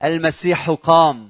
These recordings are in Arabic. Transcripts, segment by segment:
المسيح قام.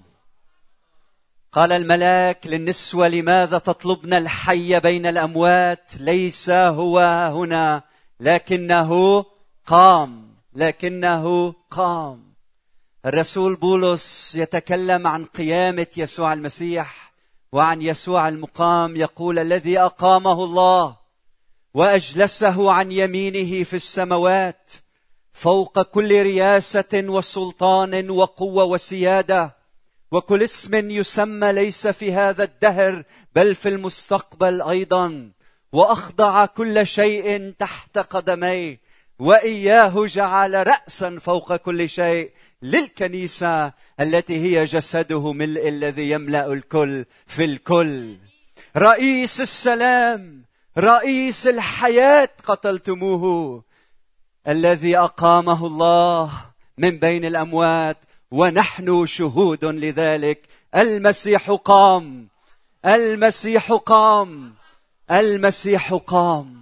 قال الملاك للنسوة: لماذا تطلبن الحي بين الأموات؟ ليس هو هنا، لكنه قام. لكنه قام. الرسول بولس يتكلم عن قيامة يسوع المسيح وعن يسوع المقام، يقول: الذي أقامه الله وأجلسه عن يمينه في السماوات فوق كل رياسة وسلطان وقوة وسيادة وكل اسم يسمى ليس في هذا الدهر بل في المستقبل أيضا، وأخضع كل شيء تحت قدميه، وإياه جعل رأسا فوق كل شيء للكنيسة التي هي جسده ملء الذي يملأ الكل في الكل. رئيس السلام، رئيس الحياة قتلتموه، الذي أقامه الله من بين الأموات ونحن شهود لذلك. المسيح قام. المسيح قام. المسيح قام.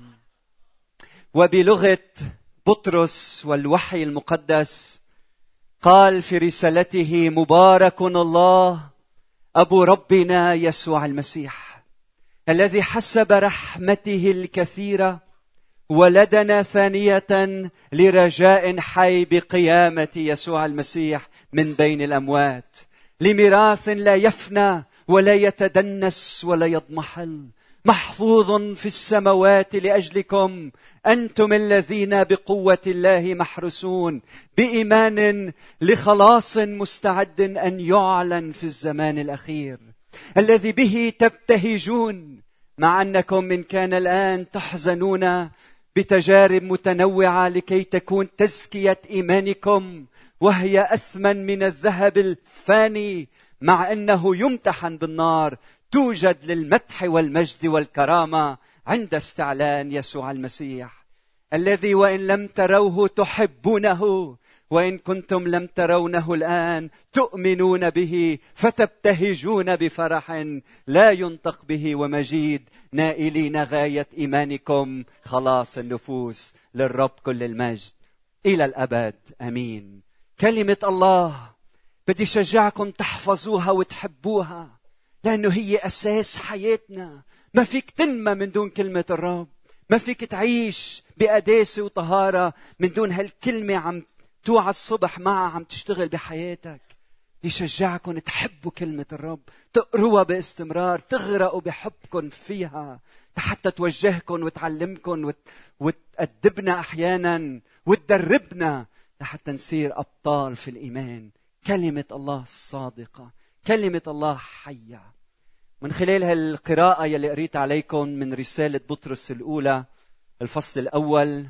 وبلغة بطرس والوحي المقدس قال في رسالته: مبارك الله أبو ربنا يسوع المسيح الذي حسب رحمته الكثيرة ولدنا ثانية لرجاء حي بقيامة يسوع المسيح من بين الأموات، لميراث لا يفنى ولا يتدنس ولا يضمحل، محفوظ في السماوات لأجلكم أنتم الذين بقوة الله محروسون بإيمان لخلاص مستعد أن يعلن في الزمان الأخير، الذي به تبتهجون مع أنكم إن كان الآن تحزنون بتجارب متنوعة، لكي تكون تزكية إيمانكم وهي أثمن من الذهب الفاني مع أنه يمتحن بالنار، توجد للمدح والمجد والكرامة عند استعلان يسوع المسيح، الذي وإن لم تروه تحبونه، وإن كنتم لم ترونه الآن تؤمنون به فتبتهجون بفرح لا ينطق به ومجيد، نائلين غاية إيمانكم خلاص النفوس. للرب كل المجد إلى الأبد آمين. كلمة الله بدي شجعكم تحفظوها وتحبوها، لأنه هي أساس حياتنا. ما فيك تنمى من دون كلمة الرب، ما فيك تعيش بقداسة وطهارة من دون هالكلمة عم توعى الصبح معها عم تشتغل بحياتك. بدي شجعكم تحبوا كلمة الرب، تقروها باستمرار، تغرقوا بحبكم فيها حتى توجهكم وتعلمكم وتأدبنا أحيانا وتدربنا لحتى نصير أبطال في الإيمان. كلمة الله الصادقة، كلمة الله حية. من خلال هالقراءة يلي قريت عليكم من رسالة بطرس الأولى الفصل الأول،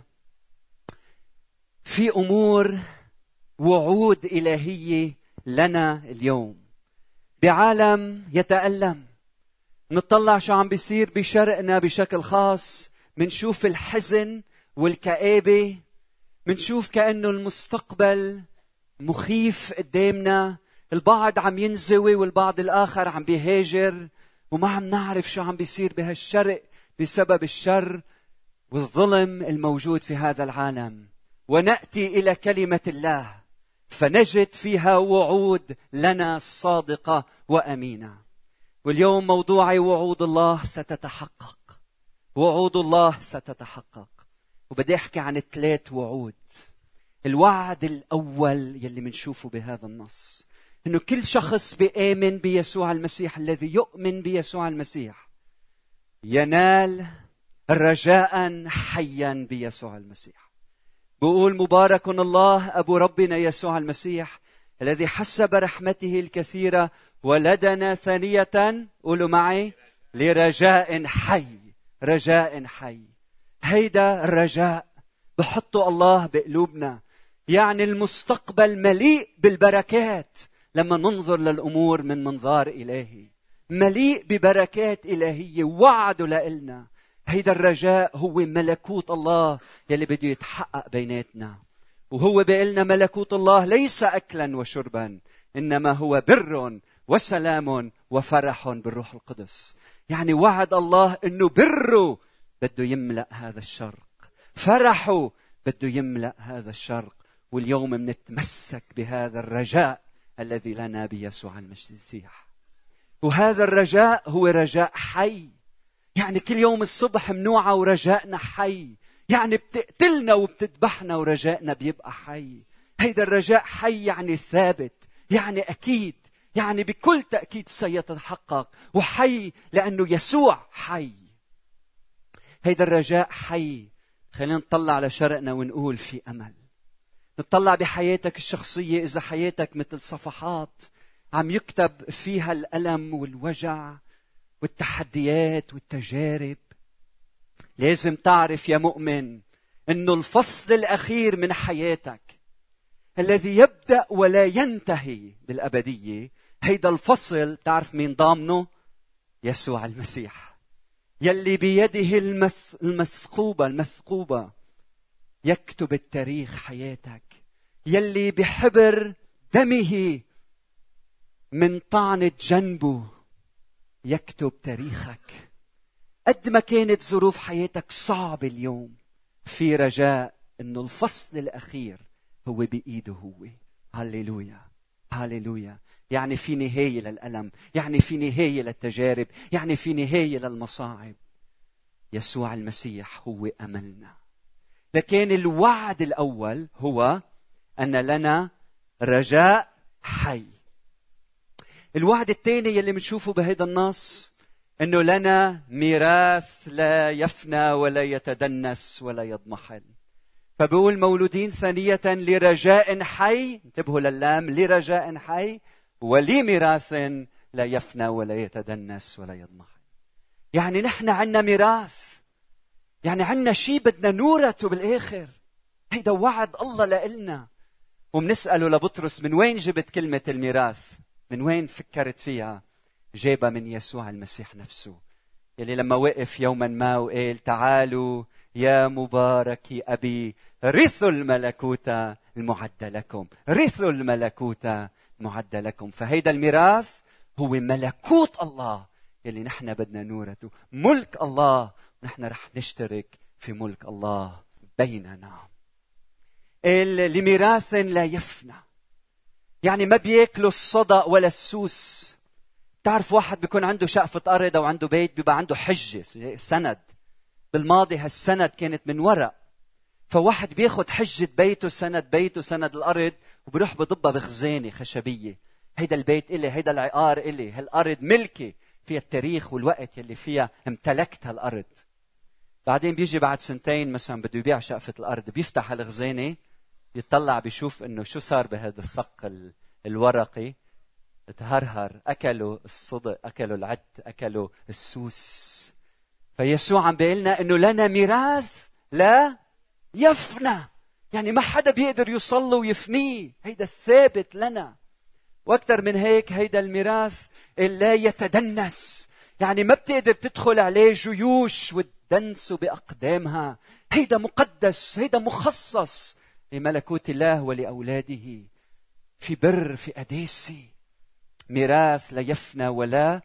في أمور وعود إلهية لنا اليوم بعالم يتألم. نطلع شو عم بيصير بشرقنا بشكل خاص، منشوف الحزن والكآبة، منشوف كأنه المستقبل مخيف قدامنا، البعض عم ينزوي والبعض الآخر عم بيهاجر، وما عم نعرف شو عم بيصير بهالشرق بسبب الشر والظلم الموجود في هذا العالم. ونأتي إلى كلمة الله فنجد فيها وعود لنا صادقة وأمينة. واليوم موضوعي وعود الله ستتحقق. وعود الله ستتحقق. وبدي أحكي عن 3 وعود. الوعد الأول يلي منشوفه بهذا النص إنه كل شخص بيآمن بيسوع المسيح، الذي يؤمن بيسوع المسيح ينال رجاء حيا بيسوع المسيح. بقول: مبارك الله أبو ربنا يسوع المسيح الذي حسب رحمته الكثيرة ولدنا ثانية، قولوا معي، لرجاء حي. رجاء حي. هيدا الرجاء بحطه الله بقلوبنا، يعني المستقبل مليء بالبركات لما ننظر للأمور من منظار إلهي، مليء ببركات إلهية وعده لإلنا. هيدا الرجاء هو ملكوت الله يلي بده يتحقق بيناتنا. وهو بيقلنا ملكوت الله ليس أكلا وشربا، إنما هو بر وسلام وفرح بالروح القدس. يعني وعد الله إنه بره بده يملأ هذا الشرق، فرحه بده يملأ هذا الشرق. واليوم منتمسك بهذا الرجاء الذي لنا بيسوع المسيح. وهذا الرجاء هو رجاء حي. يعني كل يوم الصبح منوعة ورجائنا حي. يعني بتقتلنا وبتذبحنا ورجائنا بيبقى حي. هيدا الرجاء حي، يعني ثابت، يعني أكيد، يعني بكل تأكيد سيتحقق، وحي لأنه يسوع حي. هيدا الرجاء حي. خلينا نطلع على شرقنا ونقول في أمل. نطلع بحياتك الشخصية، إذا حياتك مثل صفحات عم يكتب فيها الألم والوجع والتحديات والتجارب، لازم تعرف يا مؤمن إنه الفصل الأخير من حياتك الذي يبدأ ولا ينتهي بالأبدية، هيدا الفصل تعرف مين ضامنه؟ يسوع المسيح، يلي بيده المثقوبة يكتب التاريخ حياتك، يلي بحبر دمه من طعنة جنبه يكتب تاريخك. قد ما كانت ظروف حياتك صعبة اليوم، في رجاء إنه الفصل الأخير هو بإيده هو. هاليلويا هاليلويا. يعني في نهاية للألم، يعني في نهاية للتجارب، يعني في نهاية للمصاعب. يسوع المسيح هو أملنا. لكن الوعد الأول هو أن لنا رجاء حي. الوعد الثاني يلي بنشوفه بهذا النص أنه لنا ميراث لا يفنى ولا يتدنس ولا يضمحل. فبقول مولودين ثانية لرجاء حي، انتبهوا للام، لرجاء حي ولميراث لا يفنى ولا يتدنس ولا يضمحل. يعني نحن عنا ميراث، يعني عنا شيء بدنا نورثه بالآخر. هيدا وعد الله لإلنا. ومنسأله لبطرس من وين جبت كلمة الميراث؟ من وين فكرت فيها؟ جابها من يسوع المسيح نفسه، يلي لما وقف يوما ما وقال تعالوا يا مباركي أبي رثوا الملكوت المعد لكم، رثوا الملكوت المعد لكم. فهيدا الميراث هو ملكوت الله يلي نحن بدنا نورثه، ملك الله، ونحن رح نشترك في ملك الله بيننا. لميراث لا يفنى، يعني ما بياكلوا الصدأ ولا السوس. تعرف واحد بيكون عنده شقفة أرض أو عنده بيت، بيبقى عنده حجة سند. بالماضي هالسند كانت من ورق، فواحد بياخد حجة بيته، سند الأرض، وبيروح بضبها بخزانة خشبية. هيدا البيت إلي، هيدا العقار إلي، هالأرض ملكي، فيها التاريخ والوقت يلي فيها امتلكت هالأرض. بعدين بيجي بعد سنتين مثلا بده يبيع شقفة الأرض، بيفتح الخزانة، يطلع بيشوف إنه شو صار بهذا الصق الورقي. تهرهر، أكلوا الصدق، أكلوا العد، أكلوا السوس. فيسوع عم بيقلنا إنه لنا ميراث لا يفنى، يعني ما حدا بيقدر يوصل له ويفنيه. هيدا الثابت لنا. وأكثر من هيك، هيدا الميراث لا يتدنس، يعني ما بتقدر تدخل عليه جيوش وتدنسه بأقدامها. هيدا مقدس، هيدا مخصص لملكوت الله ولأولاده، في بر، في قداسة. ميراث لا يفنى ولا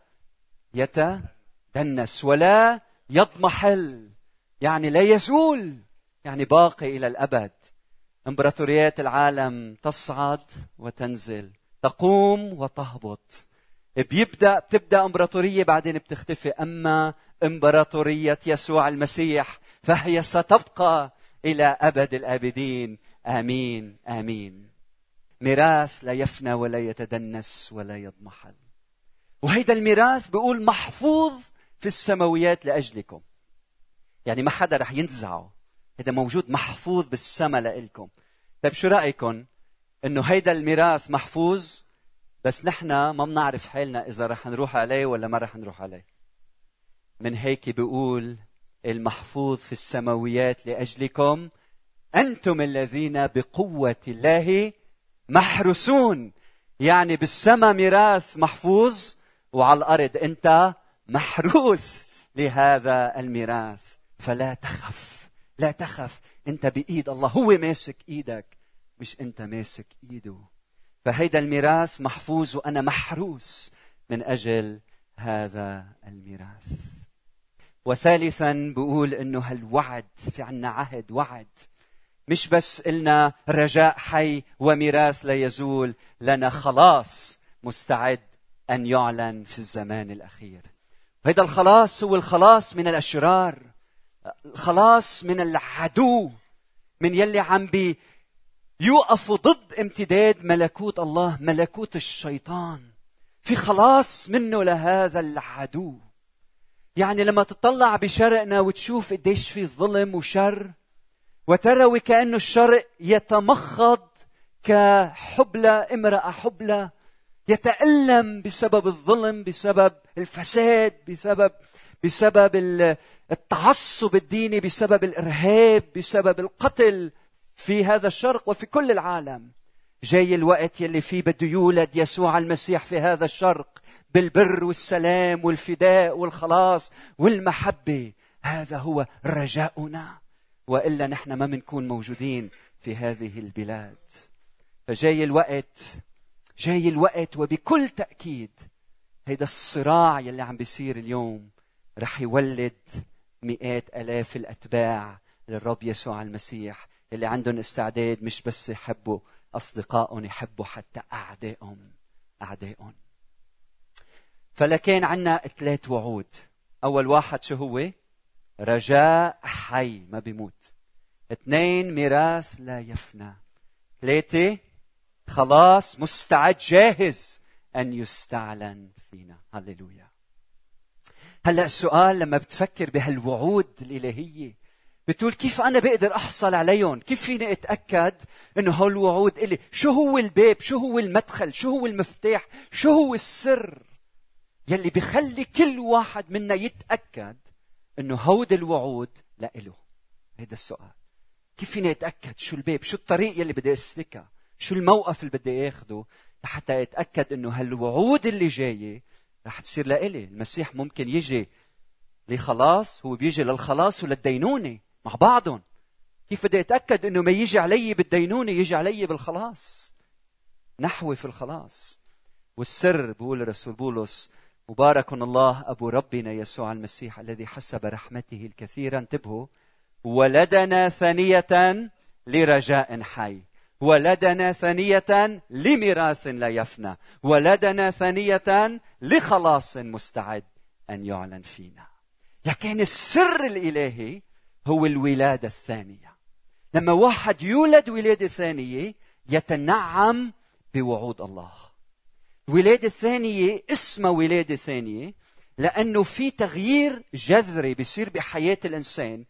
يتدنس ولا يضمحل، يعني لا يزول، يعني باقي إلى الأبد. إمبراطوريات العالم تصعد وتنزل، تقوم وتهبط. بتبدأ إمبراطورية بعدين بتختفي، أما إمبراطورية يسوع المسيح فهي ستبقى إلى أبد الآبدين. آمين آمين. ميراث لا يفنى ولا يتدنس ولا يضمحل. وهيدا الميراث بيقول محفوظ في السماويات لأجلكم، يعني ما حدا رح ينزعه. هيدا موجود محفوظ بالسماء لإلكم. طيب شو رأيكم إنه هيدا الميراث محفوظ، بس نحن ما بنعرف حالنا إذا رح نروح عليه ولا ما رح نروح عليه؟ من هيك بيقول المحفوظ في السماويات لأجلكم أنتم الذين بقوة الله محروسون. يعني بالسماء ميراث محفوظ، وعلى الأرض أنت محروس لهذا الميراث. فلا تخف، لا تخف، أنت بإيد الله، هو ماسك إيدك مش أنت ماسك إيده. فهيدا الميراث محفوظ وأنا محروس من أجل هذا الميراث. وثالثا بقول إنه هالوعد، في عنا عهد، وعد مش بس إلنا رجاء حي وميراث لا يزول، لنا خلاص مستعد أن يعلن في الزمان الأخير. هذا الخلاص هو الخلاص من الأشرار، الخلاص من العدو، من يلي عم يوقفوا ضد امتداد ملكوت الله، ملكوت الشيطان. في خلاص منه لهذا العدو. يعني لما تطلع بشرقنا وتشوف قديش في ظلم وشر، وترى وكأنه الشرق يتمخض كحبلى، امرأة حبلى يتألم بسبب الظلم، بسبب الفساد، بسبب التعصب الديني، بسبب الإرهاب، بسبب القتل في هذا الشرق وفي كل العالم. جاي الوقت يلي فيه بده يولد يسوع المسيح في هذا الشرق بالبر والسلام والفداء والخلاص والمحبة. هذا هو رجاؤنا، وإلا نحن ما منكون موجودين في هذه البلاد. فجاي الوقت وبكل تأكيد هيدا الصراع يلي عم بيصير اليوم رح يولد مئات آلاف الأتباع للرب يسوع المسيح، اللي عندهم استعداد مش بس يحبوا أصدقائهم، يحبوا حتى أعدائهم. فلكن عنا 3 وعود. أول واحد شو هو؟ رجاء حي ما بيموت. 2 ميراث لا يفنى. 3 خلاص مستعد جاهز أن يستعلن فينا. هللويا. هلأ السؤال لما بتفكر بهالوعود الإلهية بتقول كيف أنا بقدر أحصل عليهم؟ كيف فيني أتأكد أنه هالوعود إلي؟ شو هو الباب؟ شو هو المدخل؟ شو هو المفتاح؟ شو هو السر يلي بيخلي كل واحد منا يتأكد أنه هود الوعود لإله؟ هذا السؤال. كيف فيني أتأكد؟ شو الباب؟ شو الطريق يلي بدي أسلكها؟ شو الموقف اللي بدي أخده لحتى أتأكد أنه هالوعود اللي جاية رح تصير لإلي؟ المسيح ممكن يجي لخلاص، هو بيجي للخلاص وللدينونة مع بعضهم. كيف بدي أتأكد أنه ما يجي علي بالدينونة يجي علي بالخلاص، نحوي في الخلاص. والسر بقول الرسول بولس: مبارك الله أبو ربنا يسوع المسيح الذي حسب رحمته الكثيرة، انتبهوا، ولدنا ثانية لرجاء حي، ولدنا ثانية لميراث لا يفنى، ولدنا ثانية لخلاص مستعد أن يعلن فينا. لكن السر الإلهي هو الولادة الثانية. لما واحد يولد ولادة ثانية يتنعم بوعود الله. الولادة الثانية اسمها ولادة ثانية لأنه في تغيير جذري بيصير بحياة الإنسان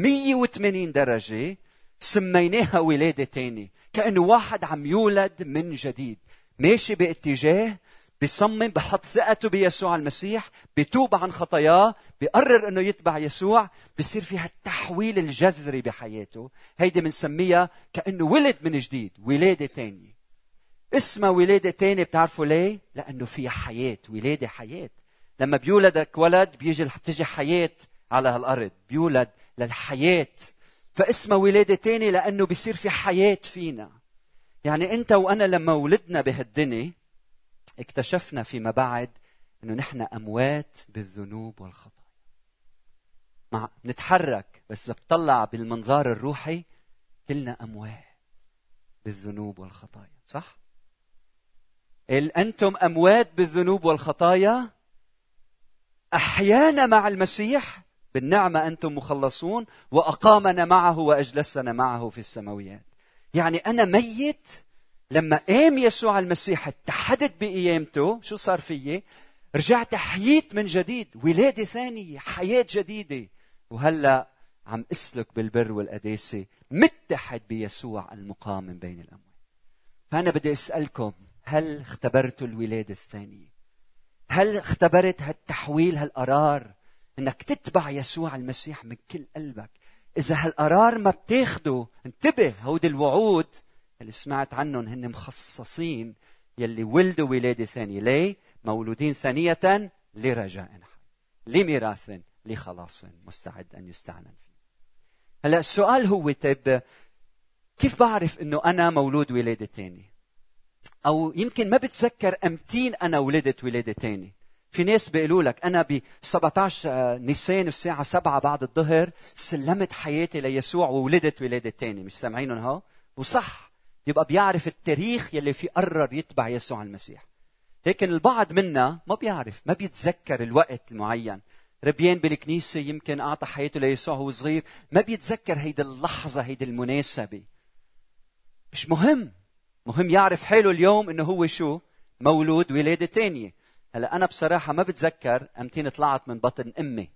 180 درجة، سميناها ولادة تانية. كأنه واحد عم يولد من جديد، ماشي باتجاه، بيصمم، بحط ثقته بيسوع المسيح، بيتوب عن خطاياه، بيقرر انه يتبع يسوع، بيصير فيها التحويل الجذري بحياته. هيدي بنسميها كأنه ولد من جديد، ولادة تانية. اسمها ولادة تانية، بتعرفوا ليه؟ لأنه فيها حياة، ولادة حياة. لما بيولدك ولد بتيجي حياة على هالأرض، بيولد للحياة. فاسمها ولادة تانية لأنه بيصير في حياة فينا. يعني أنت وأنا لما ولدنا بهالدنيا اكتشفنا فيما بعد أنه نحن أموات بالذنوب والخطايا. نتحرك بس إذا بتطلع بالمنظار الروحي كلنا أموات بالذنوب والخطايا، صح؟ أنتم أموات بالذنوب والخطايا، أحيانا مع المسيح بالنعمة أنتم مخلصون، وأقامنا معه وأجلسنا معه في السماويات. يعني أنا ميت، لما قام يسوع المسيح اتحدت بقيامته، شو صار فيي؟ رجعت حييت من جديد، ولادة ثانية، حياة جديدة. وهلأ عم أسلك بالبر والقداسة متحد بيسوع المقام من بين الأموات. فأنا بدي أسألكم، هل اختبرتوا الولادة الثانية؟ هل اختبرت هالتحويل، هالقرار انك تتبع يسوع المسيح من كل قلبك؟ اذا هالقرار ما بتاخده، انتبه، هود الوعود اللي سمعت عنهم هن مخصصين يلي ولدوا ولادة ثانية. ليه؟ مولودين ثانية لرجاء حي، لميراث، لخلاص مستعد أن يستعلن فيه. هلأ السؤال هو، طيب كيف بعرف انه انا مولود ولادة ثانية؟ او يمكن ما بتذكر امتين انا ولدت ولادة تاني. في ناس بيقولوا لك أنا ب 17 نيسان الساعة 7 بعد الظهر سلمت حياتي ليسوع وولدت ولادة تاني. مش سامعينهم ها؟ وصح، يبقى بيعرف التاريخ يلي فيه قرر يتبع يسوع المسيح. لكن البعض منا ما بيعرف، ما بيتذكر الوقت المعين. ربيان بالكنيسة يمكن أعطى حياته ليسوع وهو صغير، ما بيتذكر هيدي اللحظة، هيدي المناسبة. مش مهم، مهم يعرف حاله اليوم إنه هو شو؟ مولود ولادة تانية. هلا أنا بصراحة ما بتذكر أمتين طلعت من بطن أمي.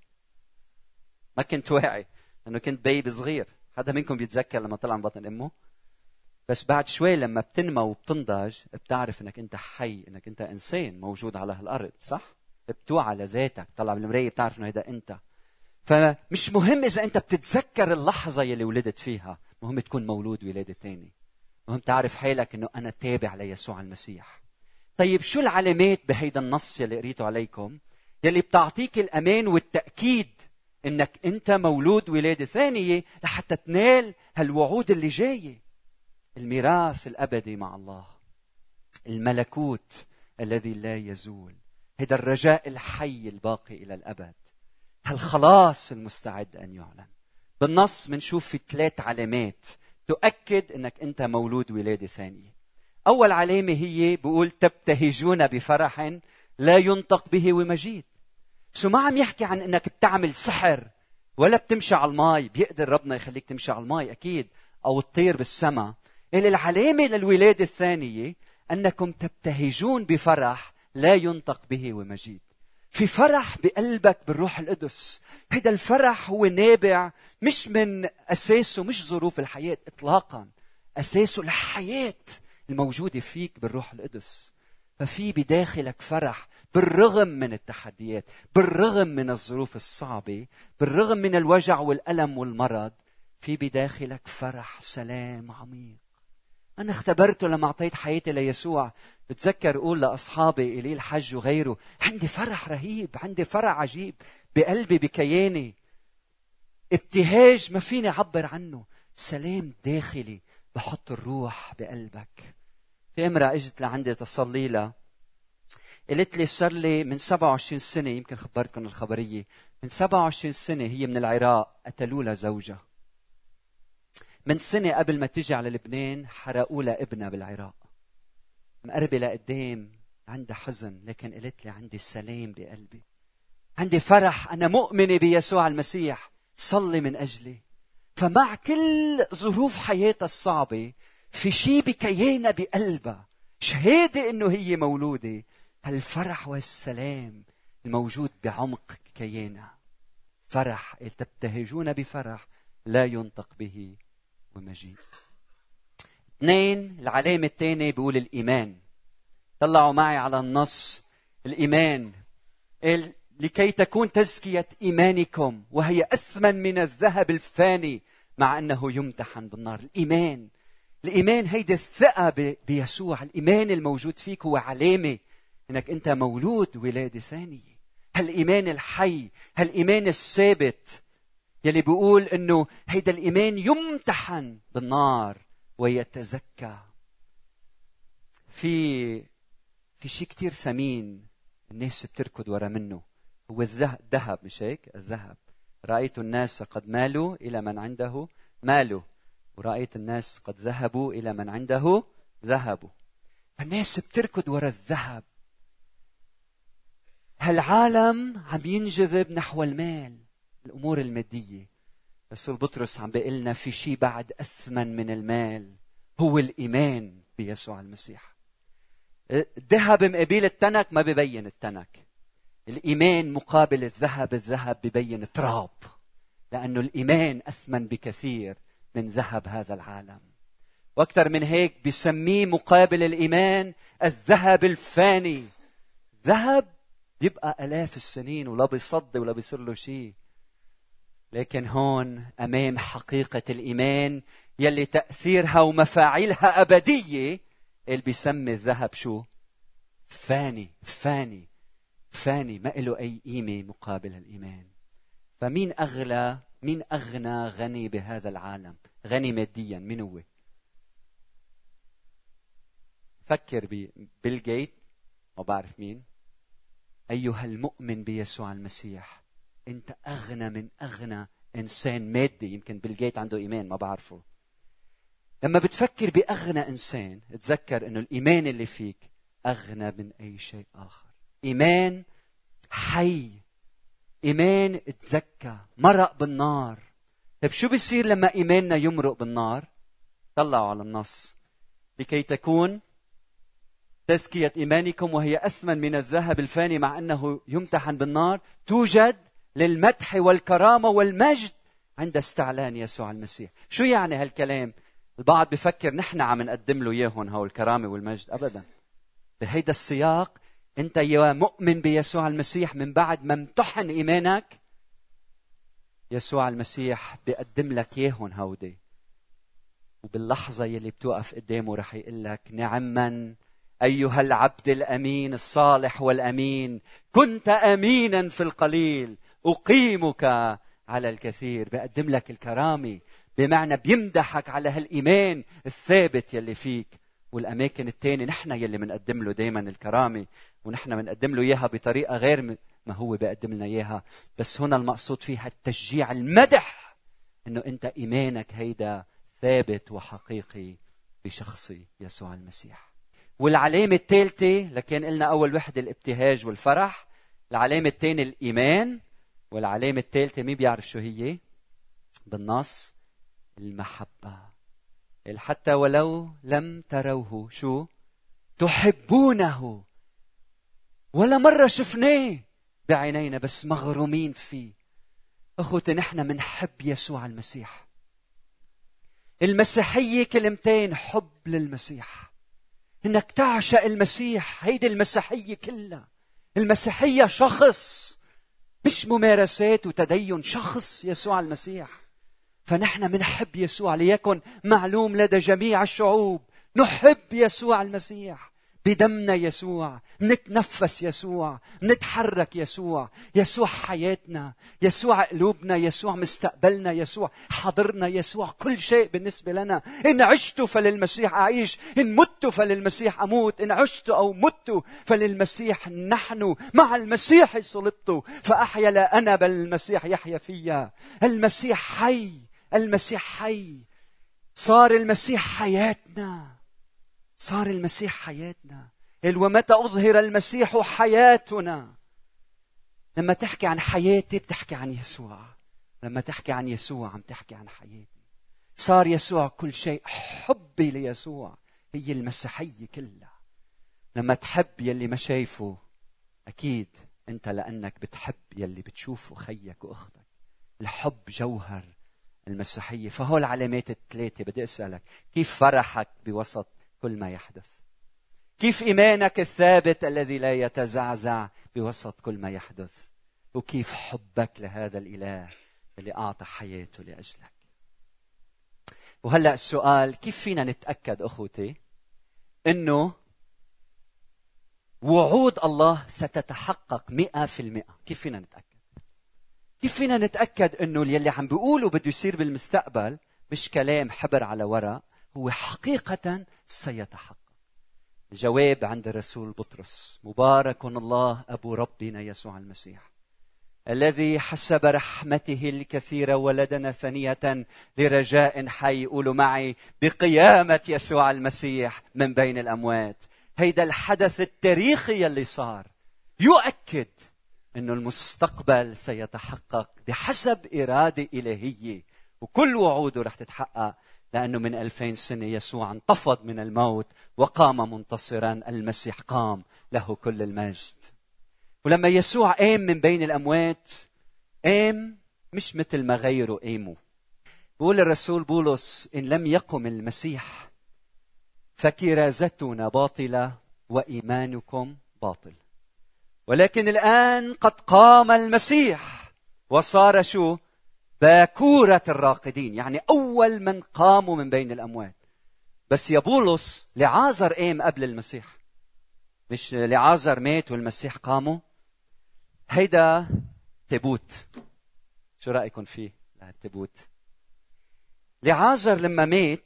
ما كنت واعي لأنه كنت بيبي صغير. حدا منكم بيتذكر لما طلع من بطن أمه؟ بس بعد شوي لما بتنمى وبتنضج بتعرف انك انت حي، انك انت انسان موجود على هالارض، صح؟ بتوعى لذاتك، طلع بالمرايه بتعرف انه هذا انت. فمش مهم اذا انت بتتذكر اللحظه يلي ولدت فيها، مهم تكون مولود ولاده تاني. مهم تعرف حالك انه انا تابع ليسوع المسيح. طيب شو العلامات بهيدا النص يلي قريته عليكم يلي بتعطيك الامان والتاكيد انك انت مولود ولاده ثانيه لحتى تنال هالوعود اللي جايه؟ الميراث الأبدي مع الله، الملكوت الذي لا يزول، هذا الرجاء الحي الباقي إلى الأبد، هالخلاص المستعد أن يعلن. بالنص منشوف في 3 علامات تؤكد أنك أنت مولود ولادة ثانية. أول علامة هي بقول تبتهجون بفرح لا ينطق به ومجيد. شو ما عم يحكي عن أنك بتعمل سحر ولا بتمشي على الماء. بيقدر ربنا يخليك تمشي على الماء أكيد، أو تطير بالسماء. العلامة للولادة الثانية أنكم تبتهجون بفرح لا ينطق به ومجيد. في فرح بقلبك بالروح القدس. هذا الفرح هو نابع مش من أساسه مش ظروف الحياة إطلاقا، أساسه الحياة الموجودة فيك بالروح القدس. ففي بداخلك فرح بالرغم من التحديات، بالرغم من الظروف الصعبة، بالرغم من الوجع والألم والمرض. في بداخلك فرح سلام عميق. أنا اختبرته لما أعطيت حياتي ليسوع. بتذكر أقول لأصحابي إلي الحج وغيره، عندي فرح رهيب، عندي فرح عجيب بقلبي بكياني، ابتهاج ما فيني أعبر عنه، سلام داخلي بحط الروح بقلبك. في امرأة اجت لعندي تصلي لها، قالت لي صار لي من 27 سنة، يمكن خبرتكم الخبرية، من 27 سنة هي من العراق، قتلوا لها زوجها. من سنة قبل ما تيجي على لبنان حرقوا لها ابنها بالعراق. مقربة لقدام عندها حزن، لكن قالت لي عندي سلام بقلبي، عندي فرح، أنا مؤمنة بيسوع المسيح، صلي من أجلي. فمع كل ظروف حياتها الصعبة في شيء بكيانة بقلبها، شهادة إنه هي مولودة، هالفرح والسلام الموجود بعمق كيانها. فرح تبتهجون بفرح لا ينطق به ومجيد. 2، العلامة الثانية بيقول الإيمان. طلعوا معي على النص. الإيمان لكي تكون تزكية إيمانكم وهي أثمن من الذهب الفاني مع أنه يمتحن بالنار. الإيمان هيدي الثقة بيسوع. الإيمان الموجود فيك هو علامة أنك أنت مولود ولادة ثانية. هالإيمان الحي، هالإيمان الثابت يلي بيقول أنه هيدا الإيمان يمتحن بالنار ويتزكى. في شيء كتير ثمين الناس بتركض ورا منه، هو الذهب. مش هيك؟ الذهب. رأيت الناس قد مالوا إلى من عنده مالوا، ورأيت الناس قد ذهبوا إلى من عنده ذهبوا. الناس بتركض ورا الذهب. هالعالم عم ينجذب نحو المال، الأمور المادية. رسول بطرس عم بيقلنا في شيء بعد أثمن من المال، هو الإيمان بيسوع المسيح. الذهب مقابل التنك ما بيبين التنك. الإيمان مقابل الذهب، الذهب بيبين تراب، لأنه الإيمان أثمن بكثير من ذهب هذا العالم. وأكثر من هيك بيسميه مقابل الإيمان الذهب الفاني. ذهب يبقى آلاف السنين ولا بيصدي ولا بيصير له شيء. لكن هون أمام حقيقة الإيمان يلي تأثيرها ومفاعلها أبدية، اللي بيسمي الذهب شو؟ فاني فاني فاني، ما له أي قيمة مقابل الإيمان. فمين أغلى، مين أغنى غني بهذا العالم؟ غني ماديا مين هو؟ فكر بيل جيت، ما بعرف مين. أيها المؤمن بيسوع المسيح، أنت أغنى من أغنى إنسان مادي. يمكن بيل جيت عنده إيمان ما بعرفه. لما بتفكر بأغنى إنسان تذكر أنه الإيمان اللي فيك أغنى من أي شيء آخر. إيمان حي، إيمان اتزكى، مرق بالنار. طيب شو بيصير لما إيماننا يمرق بالنار؟ طلعوا على النص: لكي تكون تزكية إيمانكم وهي أثمن من الذهب الفاني مع أنه يمتحن بالنار، توجد للمدح والكرامة والمجد عند استعلان يسوع المسيح. شو يعني هالكلام؟ البعض بفكر نحن عم نقدم له إياهم هو الكرامة والمجد. أبدا. بهيدا السياق أنت يا مؤمن بيسوع المسيح من بعد ما امتحن إيمانك، يسوع المسيح بيقدم لك إياهم هودي. وباللحظة يلي بتوقف قدامه رح يقول لك: نعما أيها العبد الأمين الصالح والأمين، كنت أمينا في القليل أقيمك على الكثير. بيقدم لك الكرامة، بمعنى بيمدحك على هالإيمان الثابت يلي فيك. والأماكن التانية نحن يلي منقدم له دايما الكرامة، ونحن منقدم له إياها بطريقة غير ما هو بيقدم لنا إياها. بس هنا المقصود فيها التشجيع، المدح، إنه أنت إيمانك هيدا ثابت وحقيقي بشخص يسوع المسيح. والعلامة الثالثة، لكن قلنا أول وحدة الابتهاج والفرح، العلامة الثانية الإيمان، والعلامة الثالثة مين بيعرف شو هي؟ بالنص: المحبة. حتى ولو لم تروه شو؟ تحبونه. ولا مرة شفناه بعينينا بس مغرومين فيه. أخوتي نحن منحب يسوع المسيح. المسيحية كلمتين: حب للمسيح، إنك تعشق المسيح. هيدي المسيحية كلها. المسيحية شخص، مش ممارسات وتدين، شخص يسوع المسيح. فنحن منحب يسوع، ليكن معلوم لدى جميع الشعوب نحب يسوع المسيح. بدمنا يسوع، نتنفس يسوع، نتحرك يسوع. يسوع حياتنا، يسوع قلوبنا، يسوع مستقبلنا، يسوع حاضرنا، يسوع كل شيء بالنسبة لنا. إن عشت فللمسيح أعيش، إن مت فللمسيح أموت. إن عشت أو مت فللمسيح. نحن مع المسيح صلبت، فأحيا لا أنا بل المسيح يحيا فيا. المسيح حي، المسيح حي. صار المسيح حياتنا، صار المسيح حياتنا. ومتى أظهر المسيح حياتنا. لما تحكي عن حياتي بتحكي عن يسوع، لما تحكي عن يسوع عم تحكي عن حياتي. صار يسوع كل شيء. حبي ليسوع هي المسيحية كلها. لما تحب يلي ما شايفه، أكيد أنت لأنك بتحب يلي بتشوفه، خيك وأختك. الحب جوهر المسيحية. فهو العلامات الثلاثة. بدي أسألك: كيف فرحك بوسط كل ما يحدث؟ كيف إيمانك الثابت الذي لا يتزعزع بوسط كل ما يحدث؟ وكيف حبك لهذا الإله اللي أعطى حياته لأجلك؟ وهلأ السؤال: كيف فينا نتأكد أخوتي إنه وعود الله ستتحقق 100%؟ كيف فينا نتأكد؟ كيف فينا نتأكد إنه يلي عم بيقوله بده يصير بالمستقبل مش كلام حبر على ورق، هو حقيقة سيتحقق؟ الجواب عند الرسول بطرس: مبارك الله أبو ربنا يسوع المسيح، الذي حسب رحمته الكثيرة ولدنا ثانية لرجاء حي. قولوا معي: بقيامة يسوع المسيح من بين الأموات. هيدا الحدث التاريخي اللي صار يؤكد إنه المستقبل سيتحقق بحسب إرادة إلهية، وكل وعوده رح تتحقق، لأنه من 2000 سنة يسوع انتفض من الموت وقام منتصرا. المسيح قام، له كل المجد. ولما يسوع قام من بين الأموات، قام مش مثل ما غيره قاموا. بقول الرسول بولس: إن لم يقم المسيح فكرازتنا باطلة وإيمانكم باطل. ولكن الآن قد قام المسيح وصار شو؟ باكورة الراقدين، يعني أول من قاموا من بين الأموات. بس يا بولس، لعازر قام قبل المسيح، مش لعازر مات والمسيح قاموا. هيدا تابوت. شو رأيكم فيه التابوت؟ لعازر لما مات،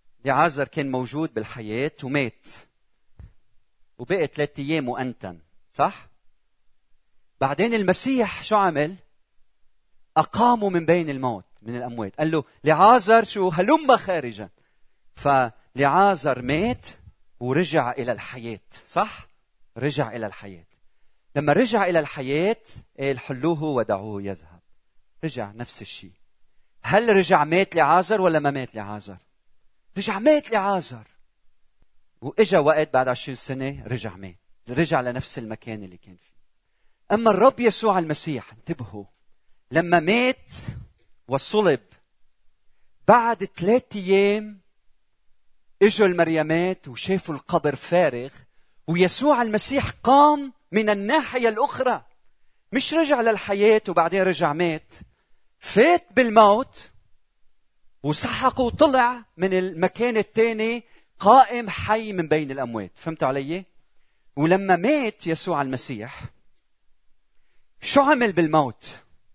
لعازر كان موجود بالحياة ومات، وبقي 3 أيام وأنتن. صح؟ بعدين المسيح شو عمل؟ أقامه من بين الموت، من الأموات. قال له لعازر شو؟ هلم خارجا. فلعازر مات ورجع إلى الحياة. صح؟ رجع إلى الحياة. لما رجع إلى الحياة قال حلوه ودعوه يذهب. رجع نفس الشيء. هل رجع مات لعازر ولا ما مات لعازر؟ رجع مات لعازر. وإجا وقت بعد 20 سنة رجع مات. رجع لنفس المكان اللي كان فيه. أما الرب يسوع المسيح، انتبهوا، لما مات وصلب بعد 3 أيام اجوا المريمات وشافوا القبر فارغ، ويسوع المسيح قام من الناحية الأخرى. مش رجع للحياة وبعدين رجع مات، فات بالموت وسحق وطلع من المكان الثاني قائم حي من بين الأموات. فهمتوا علي؟ ولما مات يسوع المسيح شو عمل بالموت؟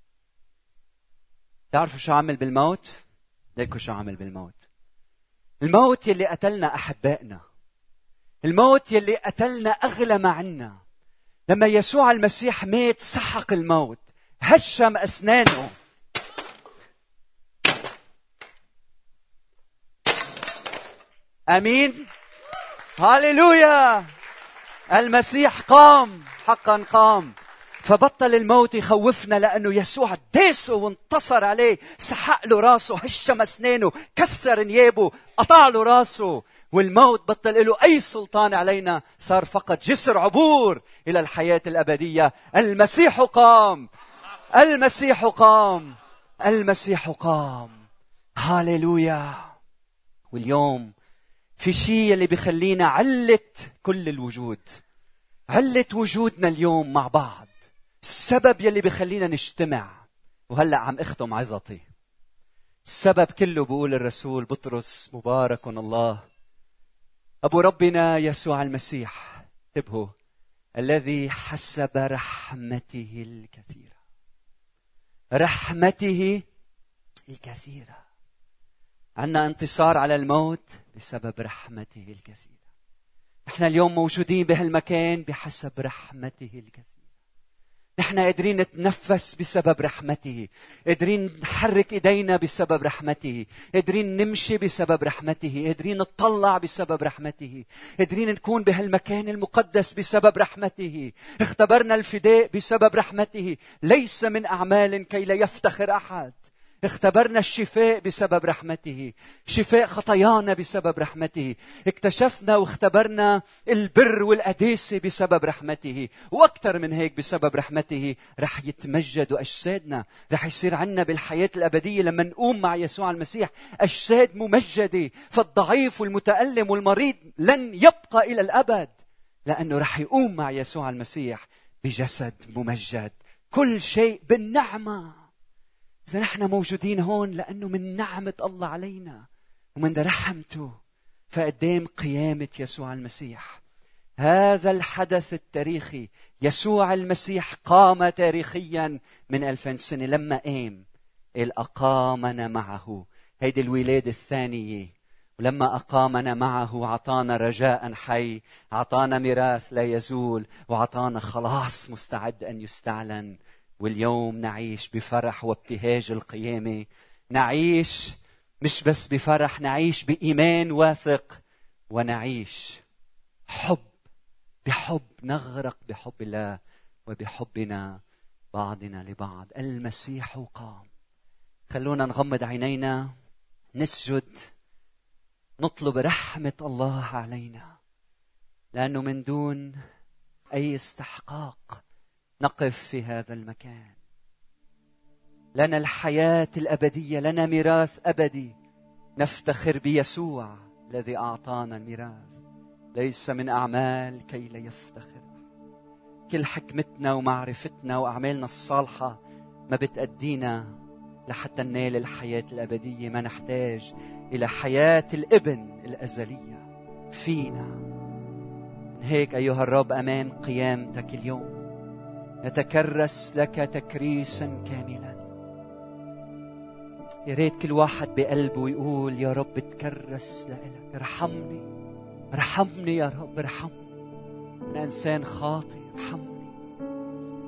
تعرفوا شو عمل بالموت؟ ليكوا شو عمل بالموت. الموت يلي قتلنا أحبائنا، الموت يلي قتلنا أغلى ما عنا. لما يسوع المسيح مات سحق الموت، هشم أسنانه. أمين. هاليلويا. المسيح قام، حقا قام. فبطل الموت يخوفنا، لأنه يسوع داسه وانتصر عليه. سحق له راسه، هشم أسنانه، كسر نيابه، قطع له راسه. والموت بطل له أي سلطان علينا، صار فقط جسر عبور إلى الحياة الأبدية. المسيح قام، المسيح قام، المسيح قام. هاليلويا. واليوم في شيء اللي بيخلينا علة كل الوجود، علة وجودنا اليوم مع بعض، السبب يلي بيخلينا نجتمع. وهلأ عم اختم عظتي. السبب كله بيقول الرسول بطرس مبارك الله أبو ربنا يسوع المسيح، انتبهوا، الذي حسب رحمته الكثيرة، رحمته الكثيرة. عنا انتصار على الموت بسبب رحمته الكثيرة. نحن اليوم موجودين بهالمكان بحسب رحمته الكثيرة. نحن قادرين نتنفس بسبب رحمته، قادرين نحرك ايدينا بسبب رحمته، قادرين نمشي بسبب رحمته، قادرين نطلع بسبب رحمته، قادرين نكون بهالمكان المقدس بسبب رحمته. اختبرنا الفداء بسبب رحمته، ليس من أعمال كي لا يفتخر أحد. اختبرنا الشفاء بسبب رحمته، شفاء خطايانا بسبب رحمته. اكتشفنا واختبرنا البر والقداسة بسبب رحمته. وأكثر من هيك بسبب رحمته رح يتمجد أجسادنا، رح يصير عنا بالحياة الأبدية لما نقوم مع يسوع المسيح أجساد ممجدة. فالضعيف والمتألم والمريض لن يبقى إلى الأبد، لأنه رح يقوم مع يسوع المسيح بجسد ممجد. كل شيء بالنعمة. إذا نحن موجودين هون لأنه من نعمة الله علينا ومن رحمته. فقدام قيامة يسوع المسيح، هذا الحدث التاريخي، يسوع المسيح قام تاريخيا من 2000 سنة. لما قام أقامنا معه، هيدي الولادة الثانية. ولما أقامنا معه أعطانا رجاء حي، أعطانا ميراث لا يزول، وأعطانا خلاص مستعد أن يستعلن. واليوم نعيش بفرح وابتهاج القيامة. نعيش مش بس بفرح، نعيش بإيمان واثق، ونعيش بحب، نغرق بحب الله وبحبنا بعضنا لبعض. المسيح قام. خلونا نغمض عينينا، نسجد، نطلب رحمة الله علينا، لأنه من دون أي استحقاق نقف في هذا المكان. لنا الحياة الأبدية، لنا ميراث أبدي. نفتخر بيسوع الذي أعطانا الميراث، ليس من أعمال كي لا يفتخر. كل حكمتنا ومعرفتنا وأعمالنا الصالحة ما بتأدينا لحتى ننال الحياة الأبدية. ما نحتاج إلى حياة الابن الأزلية فينا. هيك أيها الرب أمام قيامتك اليوم نتكرس لك تكريسا كاملا. يا ريت كل واحد بقلبه يقول يا رب تكرس لك، ارحمني، ارحمني يا رب، ارحمني، أنا إنسان خاطئ، ارحمني.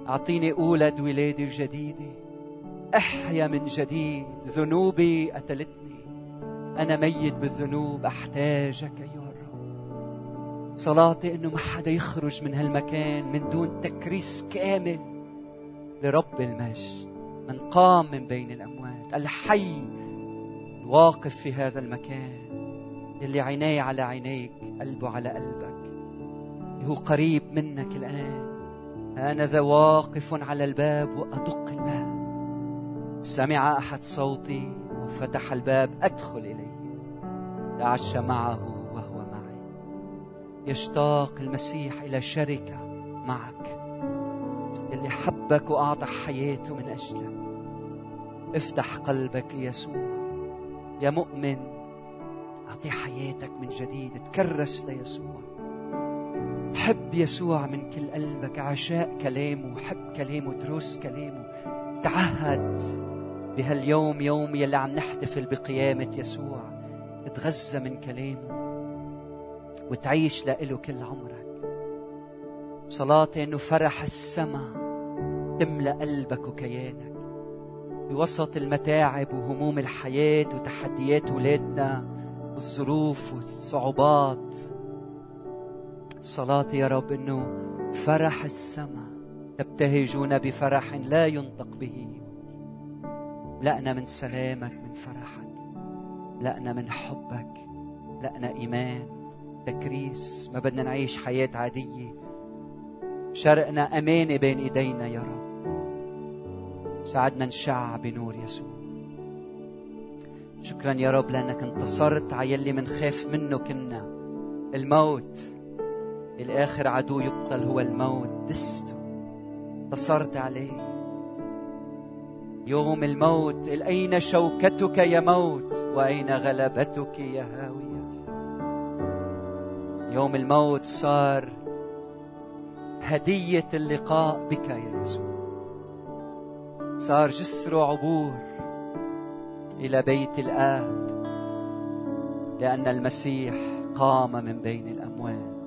أعطيني أولد ولادة جديدة، أحيا من جديد. ذنوبي قتلتني، أنا ميت بالذنوب، أحتاجك أيها الرب. صلاتي إنه ما حدا يخرج من هالمكان من دون تكريس كامل لرب المجد، من قام من بين الأموات، الحي الواقف في هذا المكان، يلي عينيه على عينيك، قلبه على قلبك، هو قريب منك الآن. أنا ذا واقف على الباب وأدق الباب، سمع أحد صوتي وفتح الباب، أدخل إليه أتعشى معه وهو معي. يشتاق المسيح إلى شركة معك، يلي حبك وأعطى حياته من أجلك. افتح قلبك ليسوع يا مؤمن، أعطي حياتك من جديد، تكرس ليسوع. حب يسوع من كل قلبك، عشاء كلامه، حب كلامه، دروس كلامه. تعهد بهاليوم، يوم يلي عم نحتفل بقيامة يسوع، تتغذى من كلامه وتعيش لإله كل عمرك. صلاتي إنه فرح السماء تملأ قلبك وكيانك بوسط المتاعب وهموم الحياة وتحديات ولادنا والظروف والصعوبات. صلاتي يا رب إنه فرح السماء، تبتهجون بفرح لا ينطق به. لأنا من سلامك، من فرحك، لأنا من حبك، لأنا إيمان، تكريس. ما بدنا نعيش حياة عادية، شرقنا أمانة بين إيدينا يا رب. ساعدنا نشع بنور يسوع. شكرا يا رب لأنك انتصرت على يلي منخاف منه كنا، الموت. الآخر عدو يبطل هو الموت، دسته، انتصرت عليه. يوم الموت، أين شوكتك يا موت، وأين غلبتك يا هاوية؟ يوم الموت صار هدية اللقاء بك يا يسوع، صار جسر عبور إلى بيت الآب، لأن المسيح قام من بين الأموات.